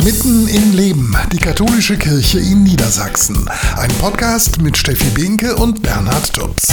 Mitten im Leben, die katholische Kirche in Niedersachsen. Ein Podcast mit Steffi Behnke und Bernhard Tubbs.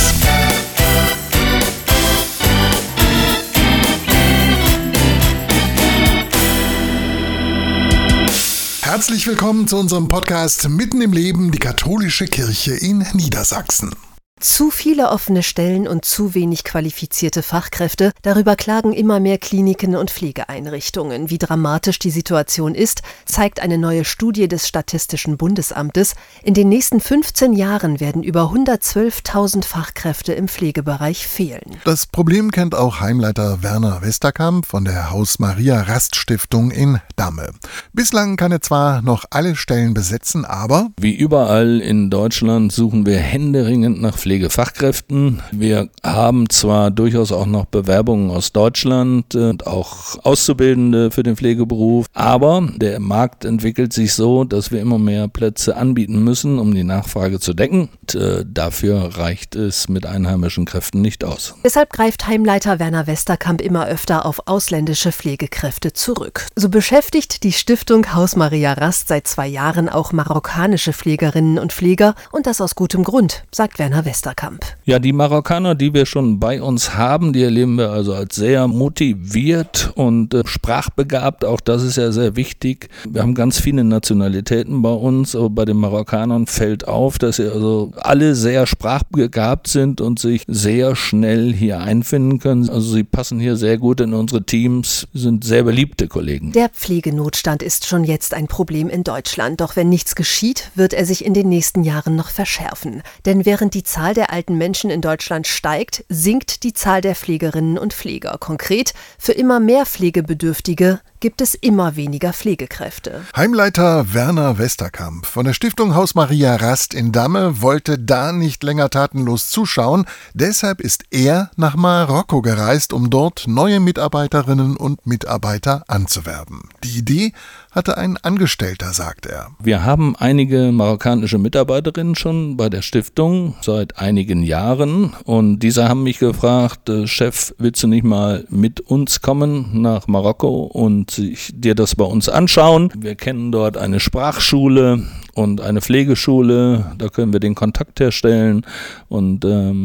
Herzlich willkommen zu unserem Podcast Mitten im Leben, die katholische Kirche in Niedersachsen. Zu viele offene Stellen und zu wenig qualifizierte Fachkräfte, darüber klagen immer mehr Kliniken und Pflegeeinrichtungen. Wie dramatisch die Situation ist, zeigt eine neue Studie des Statistischen Bundesamtes. In den nächsten 15 Jahren werden über 112.000 Fachkräfte im Pflegebereich fehlen. Das Problem kennt auch Heimleiter Werner Westerkamp von der Haus-Maria-Rast-Stiftung in Damme. Bislang kann er zwar noch alle Stellen besetzen, aber wie überall in Deutschland suchen wir händeringend nach Pflegefachkräften. Wir haben zwar durchaus auch noch Bewerbungen aus Deutschland und auch Auszubildende für den Pflegeberuf, aber der Markt entwickelt sich so, dass wir immer mehr Plätze anbieten müssen, um die Nachfrage zu decken. Und, dafür reicht es mit einheimischen Kräften nicht aus. Deshalb greift Heimleiter Werner Westerkamp immer öfter auf ausländische Pflegekräfte zurück. So beschäftigt die Stiftung Haus Maria Rast seit 2 Jahren auch marokkanische Pflegerinnen und Pfleger und das aus gutem Grund, sagt Werner Westerkamp. Ja, die Marokkaner, die wir schon bei uns haben, die erleben wir also als sehr motiviert und sprachbegabt. Auch das ist ja sehr wichtig. Wir haben ganz viele Nationalitäten bei uns, aber bei den Marokkanern fällt auf, dass sie also alle sehr sprachbegabt sind und sich sehr schnell hier einfinden können. Also sie passen hier sehr gut in unsere Teams, sind sehr beliebte Kollegen. Der Pflegenotstand ist schon jetzt ein Problem in Deutschland. Doch wenn nichts geschieht, wird er sich in den nächsten Jahren noch verschärfen. Denn während die Zahl der alten Menschen in Deutschland steigt, sinkt die Zahl der Pflegerinnen und Pfleger. Konkret, für immer mehr Pflegebedürftige gibt es immer weniger Pflegekräfte. Heimleiter Werner Westerkamp von der Stiftung Haus Maria Rast in Damme wollte da nicht länger tatenlos zuschauen. Deshalb ist er nach Marokko gereist, um dort neue Mitarbeiterinnen und Mitarbeiter anzuwerben. Die Idee hatte ein Angestellter, sagt er. Wir haben einige marokkanische Mitarbeiterinnen schon bei der Stiftung seit einigen Jahren und diese haben mich gefragt, Chef, willst du nicht mal mit uns kommen nach Marokko und dir das bei uns anschauen? Wir kennen dort eine Sprachschule und eine Pflegeschule, da können wir den Kontakt herstellen und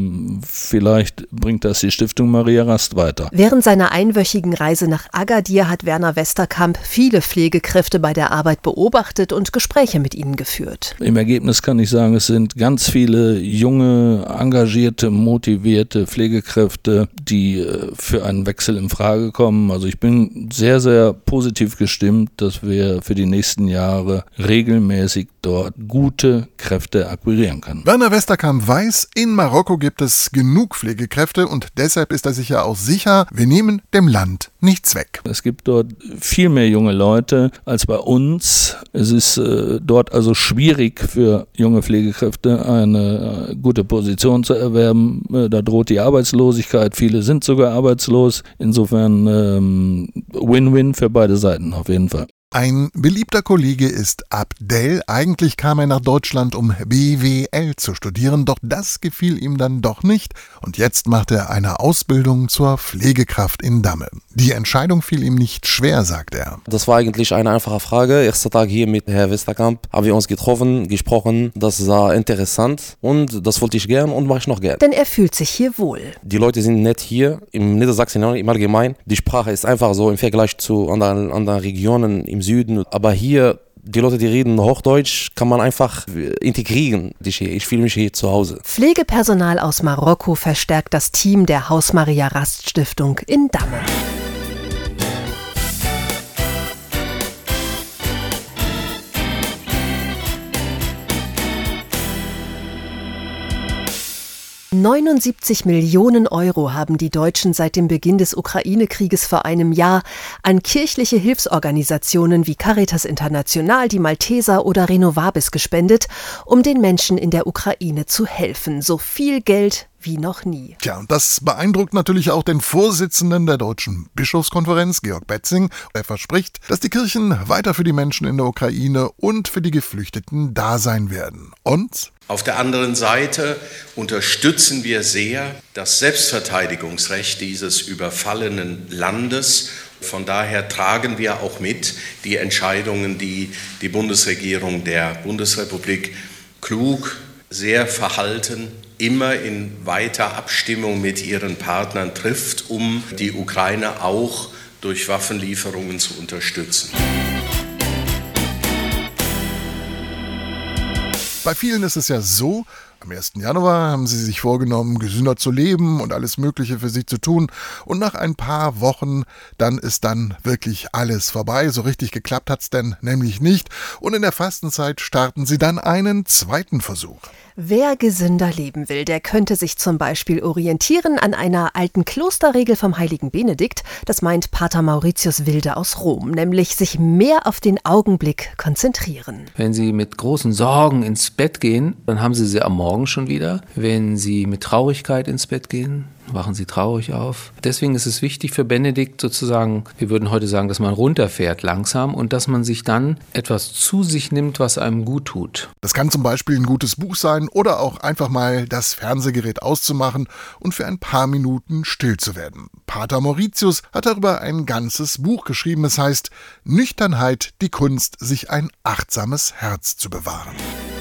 vielleicht bringt das die Stiftung Maria Rast weiter. Während seiner einwöchigen Reise nach Agadir hat Werner Westerkamp viele Pflegekräfte bei der Arbeit beobachtet und Gespräche mit ihnen geführt. Im Ergebnis kann ich sagen, es sind ganz viele junge, engagierte, motivierte Pflegekräfte, die für einen Wechsel in Frage kommen. Also ich bin sehr, sehr positiv gestimmt, dass wir für die nächsten Jahre regelmäßig dort gute Kräfte akquirieren können. Werner Westerkamp weiß, in Marokko gibt es genug Pflegekräfte und deshalb ist er sich ja auch sicher, wir nehmen dem Land nichts weg. Es gibt dort viel mehr junge Leute als bei uns. Es ist dort also schwierig für junge Pflegekräfte eine gute Position zu erwerben. Da droht die Arbeitslosigkeit. Viele sind sogar arbeitslos. Insofern Win-Win für beide Seiten auf jeden Fall. Ein beliebter Kollege ist Abdel. Eigentlich kam er nach Deutschland, um BWL zu studieren, doch das gefiel ihm dann doch nicht. Und jetzt macht er eine Ausbildung zur Pflegekraft in Damme. Die Entscheidung fiel ihm nicht schwer, sagt er. Das war eigentlich eine einfache Frage. Erster Tag hier mit Herrn Westerkamp haben wir uns getroffen, gesprochen. Das war interessant und das wollte ich gern und mache ich noch gern. Denn er fühlt sich hier wohl. Die Leute sind nett hier, im Niedersachsen im Allgemeinen. Die Sprache ist einfach so im Vergleich zu anderen Regionen im Süden. Aber hier, die Leute, die reden Hochdeutsch, kann man einfach integrieren. Ich fühle mich hier zu Hause. Pflegepersonal aus Marokko verstärkt das Team der Haus Maria Rast Stiftung in Damme. €79 Millionen haben die Deutschen seit dem Beginn des Ukraine-Krieges vor einem Jahr an kirchliche Hilfsorganisationen wie Caritas International, die Malteser oder Renovabis gespendet, um den Menschen in der Ukraine zu helfen. So viel Geld wie noch nie. Tja, und das beeindruckt natürlich auch den Vorsitzenden der Deutschen Bischofskonferenz, Georg Betzing. Er verspricht, dass die Kirchen weiter für die Menschen in der Ukraine und für die Geflüchteten da sein werden. Und auf der anderen Seite unterstützen wir sehr das Selbstverteidigungsrecht dieses überfallenen Landes Von daher tragen wir auch mit die Entscheidungen, die die Bundesregierung der Bundesrepublik klug, sehr verhalten, immer in weiter Abstimmung mit ihren Partnern trifft, um die Ukraine auch durch Waffenlieferungen zu unterstützen. Bei vielen ist es ja so, am 1. Januar haben sie sich vorgenommen, gesünder zu leben und alles Mögliche für sich zu tun. Und nach ein paar Wochen, dann ist dann wirklich alles vorbei. So richtig geklappt hat's denn nämlich nicht. Und in der Fastenzeit starten sie dann einen zweiten Versuch. Wer gesünder leben will, der könnte sich zum Beispiel orientieren an einer alten Klosterregel vom heiligen Benedikt. Das meint Pater Mauritius Wilde aus Rom, nämlich sich mehr auf den Augenblick konzentrieren. Wenn Sie mit großen Sorgen ins Bett gehen, dann haben Sie sie am Morgen schon wieder. Wenn Sie mit Traurigkeit ins Bett gehen, wachen Sie traurig auf. Deswegen ist es wichtig für Benedikt sozusagen, wir würden heute sagen, dass man runterfährt langsam und dass man sich dann etwas zu sich nimmt, was einem gut tut. Das kann zum Beispiel ein gutes Buch sein oder auch einfach mal das Fernsehgerät auszumachen und für ein paar Minuten still zu werden. Pater Mauritius hat darüber ein ganzes Buch geschrieben. Es heißt Nüchternheit, die Kunst, sich ein achtsames Herz zu bewahren.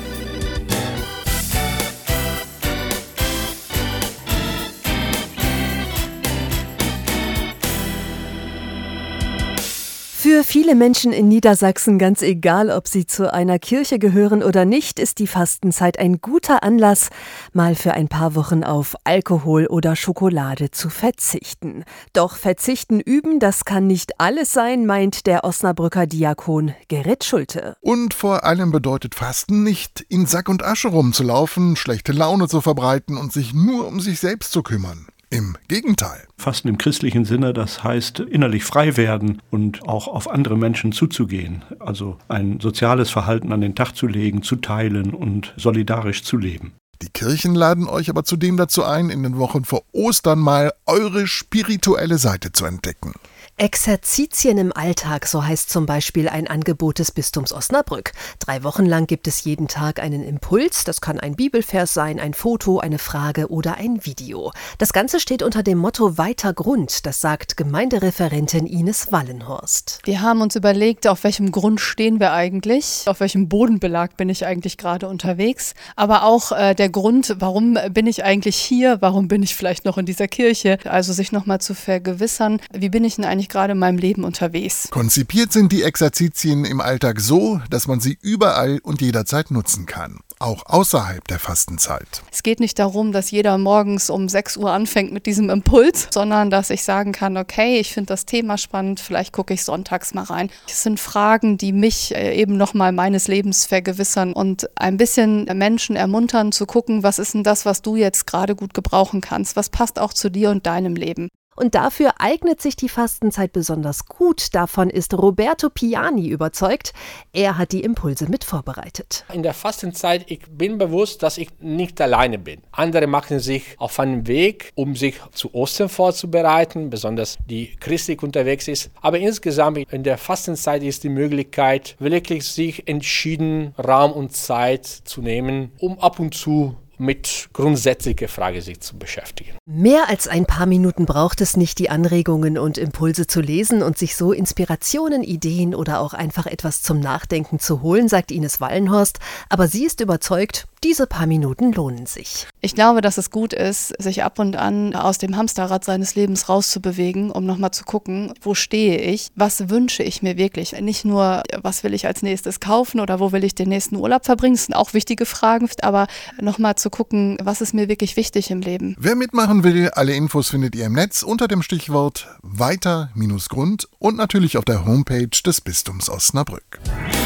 Für viele Menschen in Niedersachsen, ganz egal, ob sie zu einer Kirche gehören oder nicht, ist die Fastenzeit ein guter Anlass, mal für ein paar Wochen auf Alkohol oder Schokolade zu verzichten. Doch verzichten üben, das kann nicht alles sein, meint der Osnabrücker Diakon Gerrit Schulte. Und vor allem bedeutet Fasten nicht, in Sack und Asche rumzulaufen, schlechte Laune zu verbreiten und sich nur um sich selbst zu kümmern. Im Gegenteil. Fasten im christlichen Sinne, das heißt innerlich frei werden und auch auf andere Menschen zuzugehen. Also ein soziales Verhalten an den Tag zu legen, zu teilen und solidarisch zu leben. Die Kirchen laden euch aber zudem dazu ein, in den Wochen vor Ostern mal eure spirituelle Seite zu entdecken. Exerzitien im Alltag, so heißt zum Beispiel ein Angebot des Bistums Osnabrück. 3 Wochen lang gibt es jeden Tag einen Impuls. Das kann ein Bibelvers sein, ein Foto, eine Frage oder ein Video. Das Ganze steht unter dem Motto Weiter Grund, das sagt Gemeindereferentin Ines Wallenhorst. Wir haben uns überlegt, auf welchem Grund stehen wir eigentlich, auf welchem Bodenbelag bin ich eigentlich gerade unterwegs, aber auch der Grund, warum bin ich eigentlich hier, warum bin ich vielleicht noch in dieser Kirche, also sich nochmal zu vergewissern, wie bin ich denn eigentlich gerade in meinem Leben unterwegs. Konzipiert sind die Exerzitien im Alltag so, dass man sie überall und jederzeit nutzen kann. Auch außerhalb der Fastenzeit. Es geht nicht darum, dass jeder morgens um 6 Uhr anfängt mit diesem Impuls, sondern dass ich sagen kann, okay, ich finde das Thema spannend, vielleicht gucke ich sonntags mal rein. Es sind Fragen, die mich eben nochmal meines Lebens vergewissern und ein bisschen Menschen ermuntern zu gucken, was ist denn das, was du jetzt gerade gut gebrauchen kannst, was passt auch zu dir und deinem Leben. Und dafür eignet sich die Fastenzeit besonders gut. Davon ist Roberto Piani überzeugt. Er hat die Impulse mit vorbereitet. In der Fastenzeit, ich bin bewusst, dass ich nicht alleine bin. Andere machen sich auf einen Weg, um sich zu Ostern vorzubereiten, besonders die christlich unterwegs ist. Aber insgesamt in der Fastenzeit ist die Möglichkeit, wirklich sich entschieden Raum und Zeit zu nehmen, um ab und zu mit grundsätzlicher Frage sich zu beschäftigen. Mehr als ein paar Minuten braucht es nicht, die Anregungen und Impulse zu lesen und sich so Inspirationen, Ideen oder auch einfach etwas zum Nachdenken zu holen, sagt Ines Wallenhorst. Aber sie ist überzeugt, diese paar Minuten lohnen sich. Ich glaube, dass es gut ist, sich ab und an aus dem Hamsterrad seines Lebens rauszubewegen, um nochmal zu gucken, wo stehe ich, was wünsche ich mir wirklich. Nicht nur, was will ich als nächstes kaufen oder wo will ich den nächsten Urlaub verbringen, das sind auch wichtige Fragen, aber nochmal zu gucken, was ist mir wirklich wichtig im Leben. Wer mitmachen will, alle Infos findet ihr im Netz unter dem Stichwort Weiter-Grund und natürlich auf der Homepage des Bistums Osnabrück.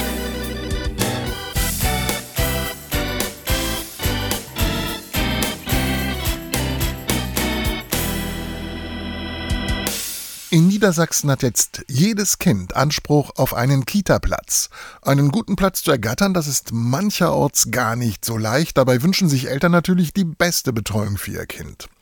In Niedersachsen hat jetzt jedes Kind Anspruch auf einen Kita-Platz. Einen guten Platz zu ergattern, das ist mancherorts gar nicht so leicht. Dabei wünschen sich Eltern natürlich die beste Betreuung für ihr Kind.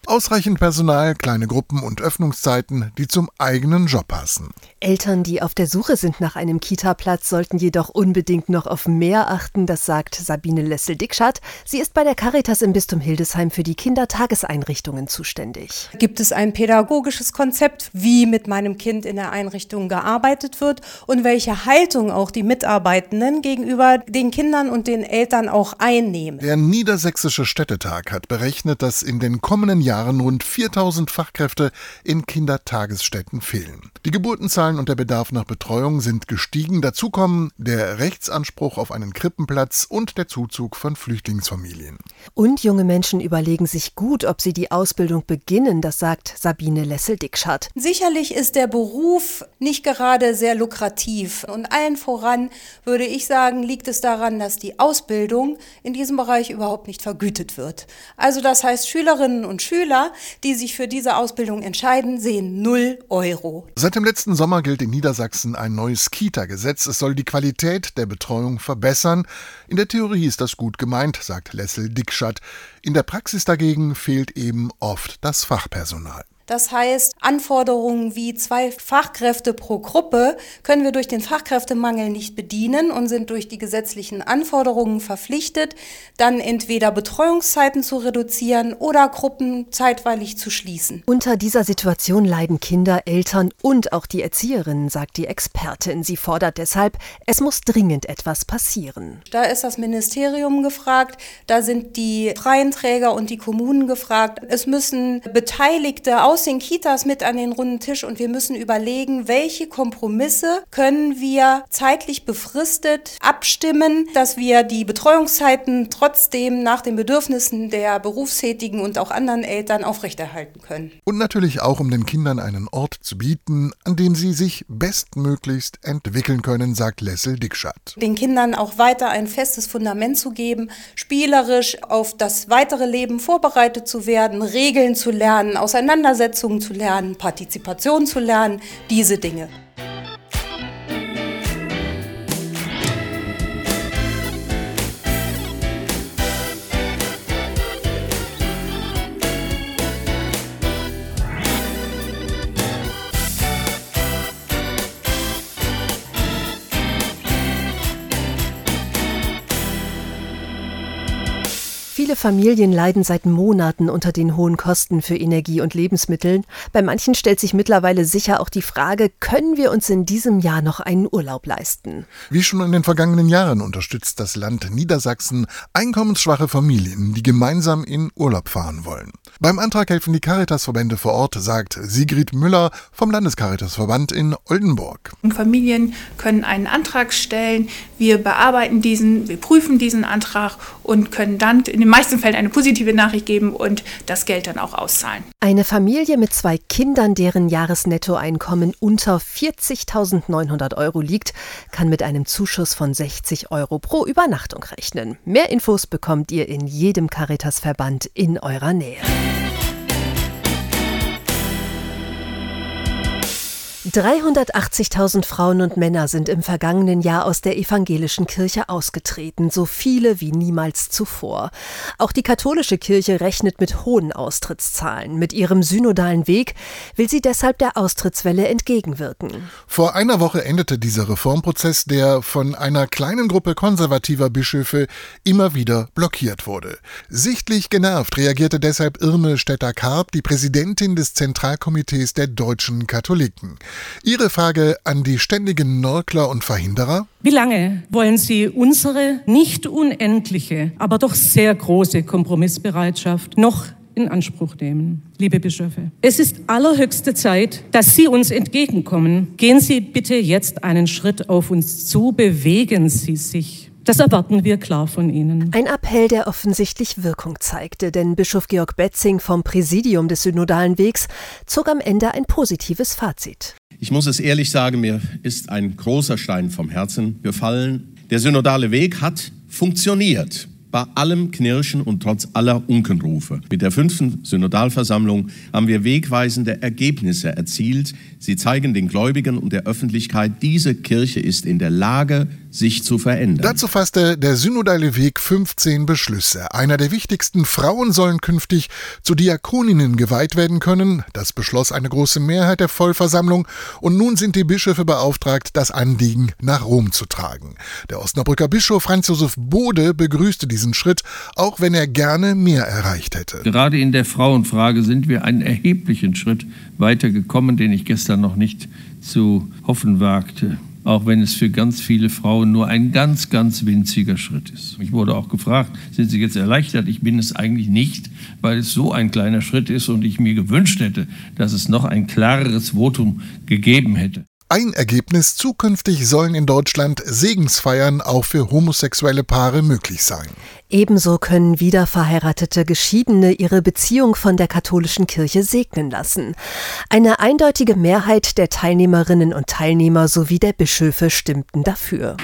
Ausreichend Personal, kleine Gruppen und Öffnungszeiten, die zum eigenen Job passen. Eltern, die auf der Suche sind nach einem Kita-Platz, sollten jedoch unbedingt noch auf mehr achten, das sagt Sabine Lessel-Dickschat. Sie ist bei der Caritas im Bistum Hildesheim für die Kindertageseinrichtungen zuständig. Gibt es ein pädagogisches Konzept, wie mit meinem Kind in der Einrichtung gearbeitet wird und welche Haltung auch die Mitarbeitenden gegenüber den Kindern und den Eltern auch einnehmen? Der Niedersächsische Städtetag hat berechnet, dass in den kommenden Jahren rund 4000 Fachkräfte in Kindertagesstätten fehlen. Die Geburtenzahlen und der Bedarf nach Betreuung sind gestiegen. Dazu kommen der Rechtsanspruch auf einen Krippenplatz und der Zuzug von Flüchtlingsfamilien. Und junge Menschen überlegen sich gut, ob sie die Ausbildung beginnen, das sagt Sabine Lessel-Dickschat. Sicherlich ist der Beruf nicht gerade sehr lukrativ. Und allen voran würde ich sagen, liegt es daran, dass die Ausbildung in diesem Bereich überhaupt nicht vergütet wird. Also das heißt, Schülerinnen und Schüler, die sich für diese Ausbildung entscheiden, sehen 0 Euro. Seit dem letzten Sommer gilt in Niedersachsen ein neues Kita-Gesetz. Es soll die Qualität der Betreuung verbessern. In der Theorie ist das gut gemeint, sagt Lessel-Dickschat. In der Praxis dagegen fehlt eben oft das Fachpersonal. Das heißt, Anforderungen wie 2 Fachkräfte pro Gruppe können wir durch den Fachkräftemangel nicht bedienen und sind durch die gesetzlichen Anforderungen verpflichtet, dann entweder Betreuungszeiten zu reduzieren oder Gruppen zeitweilig zu schließen. Unter dieser Situation leiden Kinder, Eltern und auch die Erzieherinnen, sagt die Expertin. Sie fordert deshalb, es muss dringend etwas passieren. Da ist das Ministerium gefragt, da sind die freien Träger und die Kommunen gefragt. Es müssen Beteiligte aus den Kitas mit an den runden Tisch und wir müssen überlegen, welche Kompromisse können wir zeitlich befristet abstimmen, dass wir die Betreuungszeiten trotzdem nach den Bedürfnissen der Berufstätigen und auch anderen Eltern aufrechterhalten können. Und natürlich auch, um den Kindern einen Ort zu bieten, an dem sie sich bestmöglichst entwickeln können, sagt Lessel-Dickschat. Den Kindern auch weiter ein festes Fundament zu geben, spielerisch auf das weitere Leben vorbereitet zu werden, Regeln zu lernen, Auseinandersetzungen zu lernen, Partizipation zu lernen, diese Dinge. Viele Familien leiden seit Monaten unter den hohen Kosten für Energie und Lebensmittel. Bei manchen stellt sich mittlerweile sicher auch die Frage, können wir uns in diesem Jahr noch einen Urlaub leisten? Wie schon in den vergangenen Jahren unterstützt das Land Niedersachsen einkommensschwache Familien, die gemeinsam in Urlaub fahren wollen. Beim Antrag helfen die Caritasverbände vor Ort, sagt Sigrid Müller vom Landescaritasverband in Oldenburg. Familien können einen Antrag stellen, wir bearbeiten diesen, wir prüfen diesen Antrag und können dann in den meisten Fällen eine positive Nachricht geben und das Geld dann auch auszahlen. Eine Familie mit 2 Kindern, deren Jahresnettoeinkommen unter 40.900 € liegt, kann mit einem Zuschuss von 60 € pro Übernachtung rechnen. Mehr Infos bekommt ihr in jedem Caritasverband in eurer Nähe. 380.000 Frauen und Männer sind im vergangenen Jahr aus der evangelischen Kirche ausgetreten, so viele wie niemals zuvor. Auch die katholische Kirche rechnet mit hohen Austrittszahlen. Mit ihrem synodalen Weg will sie deshalb der Austrittswelle entgegenwirken. Vor einer Woche endete dieser Reformprozess, der von einer kleinen Gruppe konservativer Bischöfe immer wieder blockiert wurde. Sichtlich genervt reagierte deshalb Irme Stetter-Karp, die Präsidentin des Zentralkomitees der deutschen Katholiken. Ihre Frage an die ständigen Nörgler und Verhinderer? Wie lange wollen Sie unsere nicht unendliche, aber doch sehr große Kompromissbereitschaft noch in Anspruch nehmen? Liebe Bischöfe, es ist allerhöchste Zeit, dass Sie uns entgegenkommen. Gehen Sie bitte jetzt einen Schritt auf uns zu, bewegen Sie sich. Das erwarten wir klar von Ihnen. Ein Appell, der offensichtlich Wirkung zeigte, denn Bischof Georg Betzing vom Präsidium des Synodalen Wegs zog am Ende ein positives Fazit. Ich muss es ehrlich sagen, mir ist ein großer Stein vom Herzen gefallen. Der synodale Weg hat funktioniert. Bei allem Knirschen und trotz aller Unkenrufe. Mit der 5. Synodalversammlung haben wir wegweisende Ergebnisse erzielt. Sie zeigen den Gläubigen und der Öffentlichkeit, diese Kirche ist in der Lage, sich zu verändern. Dazu fasste der Synodale Weg 15 Beschlüsse. Einer der wichtigsten: Frauen sollen künftig zu Diakoninnen geweiht werden können. Das beschloss eine große Mehrheit der Vollversammlung. Und nun sind die Bischöfe beauftragt, das Anliegen nach Rom zu tragen. Der Osnabrücker Bischof Franz Josef Bode begrüßte diesen Schritt, auch wenn er gerne mehr erreicht hätte. Gerade in der Frauenfrage sind wir einen erheblichen Schritt weitergekommen, den ich gestern noch nicht zu hoffen wagte. Auch wenn es für ganz viele Frauen nur ein ganz, ganz winziger Schritt ist. Ich wurde auch gefragt, sind Sie jetzt erleichtert? Ich bin es eigentlich nicht, weil es so ein kleiner Schritt ist und ich mir gewünscht hätte, dass es noch ein klareres Votum gegeben hätte. Ein Ergebnis: Zukünftig sollen in Deutschland Segensfeiern auch für homosexuelle Paare möglich sein. Ebenso können wiederverheiratete Geschiedene ihre Beziehung von der katholischen Kirche segnen lassen. Eine eindeutige Mehrheit der Teilnehmerinnen und Teilnehmer sowie der Bischöfe stimmten dafür.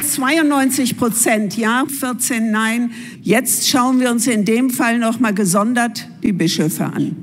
92% Ja, 14 Nein. Jetzt schauen wir uns in dem Fall noch mal gesondert die Bischöfe an.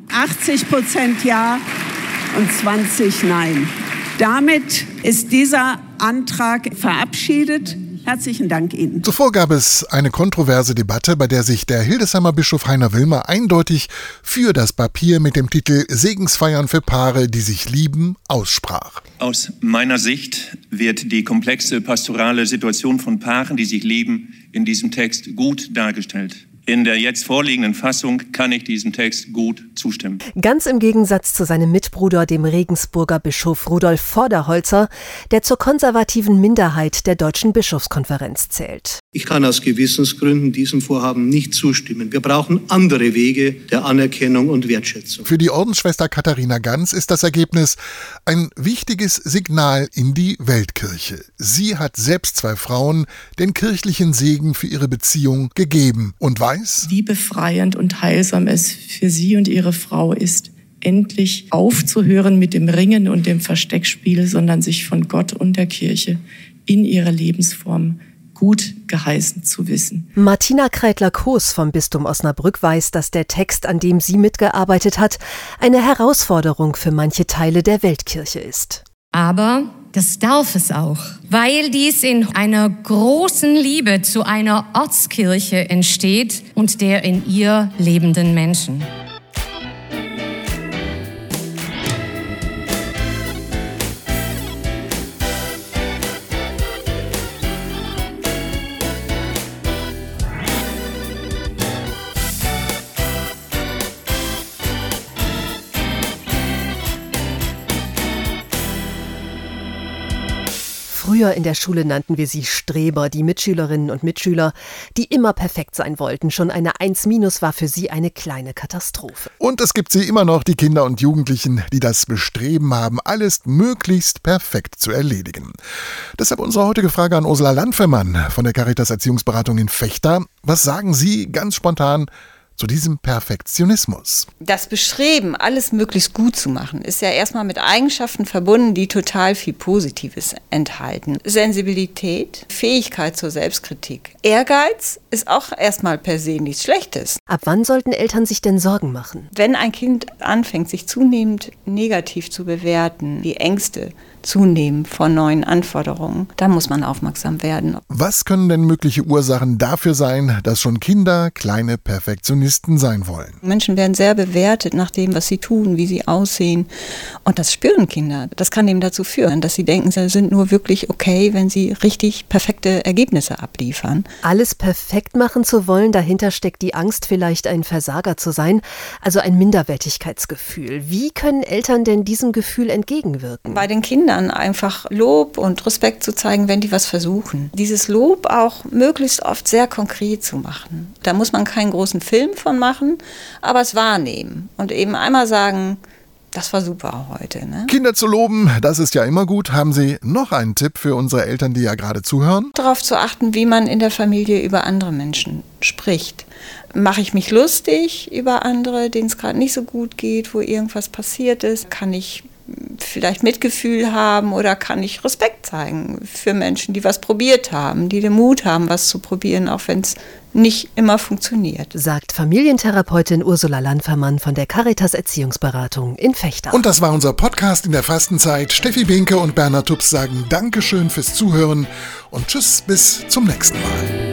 80% Ja und 20 Nein. Damit ist dieser Antrag verabschiedet. Herzlichen Dank Ihnen. Zuvor gab es eine kontroverse Debatte, bei der sich der Hildesheimer Bischof Heiner Wilmer eindeutig für das Papier mit dem Titel Segensfeiern für Paare, die sich lieben, aussprach. Aus meiner Sicht wird die komplexe pastorale Situation von Paaren, die sich lieben, in diesem Text gut dargestellt. In der jetzt vorliegenden Fassung kann ich diesem Text gut zustimmen. Ganz im Gegensatz zu seinem Mitbruder, dem Regensburger Bischof Rudolf Vorderholzer, der zur konservativen Minderheit der Deutschen Bischofskonferenz zählt. Ich kann aus Gewissensgründen diesem Vorhaben nicht zustimmen. Wir brauchen andere Wege der Anerkennung und Wertschätzung. Für die Ordensschwester Katharina Ganz ist das Ergebnis ein wichtiges Signal in die Weltkirche. Sie hat selbst 2 Frauen den kirchlichen Segen für ihre Beziehung gegeben und weiß, wie befreiend und heilsam es für sie und ihre Frau ist, endlich aufzuhören mit dem Ringen und dem Versteckspiel, sondern sich von Gott und der Kirche in ihrer Lebensform gut geheißen zu wissen. Martina Kreitler-Koos vom Bistum Osnabrück weiß, dass der Text, an dem sie mitgearbeitet hat, eine Herausforderung für manche Teile der Weltkirche ist. Aber das darf es auch, weil dies in einer großen Liebe zu einer Ortskirche entsteht und der in ihr lebenden Menschen. Früher in der Schule nannten wir sie Streber, die Mitschülerinnen und Mitschüler, die immer perfekt sein wollten. Schon eine 1- war für sie eine kleine Katastrophe. Und es gibt sie immer noch, die Kinder und Jugendlichen, die das Bestreben haben, alles möglichst perfekt zu erledigen. Deshalb unsere heutige Frage an Ursula Landfermann von der Caritas Erziehungsberatung in Vechta. Was sagen Sie ganz spontan zu diesem Perfektionismus? Das Bestreben, alles möglichst gut zu machen, ist ja erstmal mit Eigenschaften verbunden, die total viel Positives enthalten. Sensibilität, Fähigkeit zur Selbstkritik. Ehrgeiz ist auch erstmal per se nichts Schlechtes. Ab wann sollten Eltern sich denn Sorgen machen? Wenn ein Kind anfängt, sich zunehmend negativ zu bewerten, die Ängste zunehmen von neuen Anforderungen, da muss man aufmerksam werden. Was können denn mögliche Ursachen dafür sein, dass schon Kinder kleine Perfektionisten sein wollen? Menschen werden sehr bewertet nach dem, was sie tun, wie sie aussehen. Und das spüren Kinder. Das kann eben dazu führen, dass sie denken, sie sind nur wirklich okay, wenn sie richtig perfekte Ergebnisse abliefern. Alles perfekt machen zu wollen, dahinter steckt die Angst, vielleicht ein Versager zu sein, also ein Minderwertigkeitsgefühl. Wie können Eltern denn diesem Gefühl entgegenwirken? Bei den Kindern einfach Lob und Respekt zu zeigen, wenn die was versuchen. Dieses Lob auch möglichst oft sehr konkret zu machen. Da muss man keinen großen Film von machen, aber es wahrnehmen und eben einmal sagen, das war super heute. Ne? Kinder zu loben, das ist ja immer gut. Haben Sie noch einen Tipp für unsere Eltern, die ja gerade zuhören? Darauf zu achten, wie man in der Familie über andere Menschen spricht. Mache ich mich lustig über andere, denen es gerade nicht so gut geht, wo irgendwas passiert ist? Kann ich vielleicht Mitgefühl haben oder kann ich Respekt zeigen für Menschen, die was probiert haben, die den Mut haben, was zu probieren, auch wenn es nicht immer funktioniert. Sagt Familientherapeutin Ursula Lanfermann von der Caritas Erziehungsberatung in Vechta. Und das war unser Podcast in der Fastenzeit. Steffi Behnke und Bernhard Tubbs sagen Dankeschön fürs Zuhören und tschüss, bis zum nächsten Mal.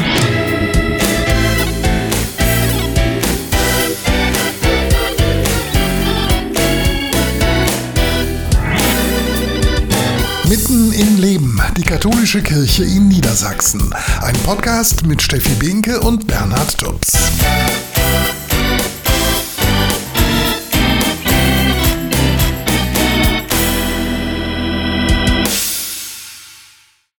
Mitten im Leben, die katholische Kirche in Niedersachsen. Ein Podcast mit Steffi Behnke und Bernhard Tubbs.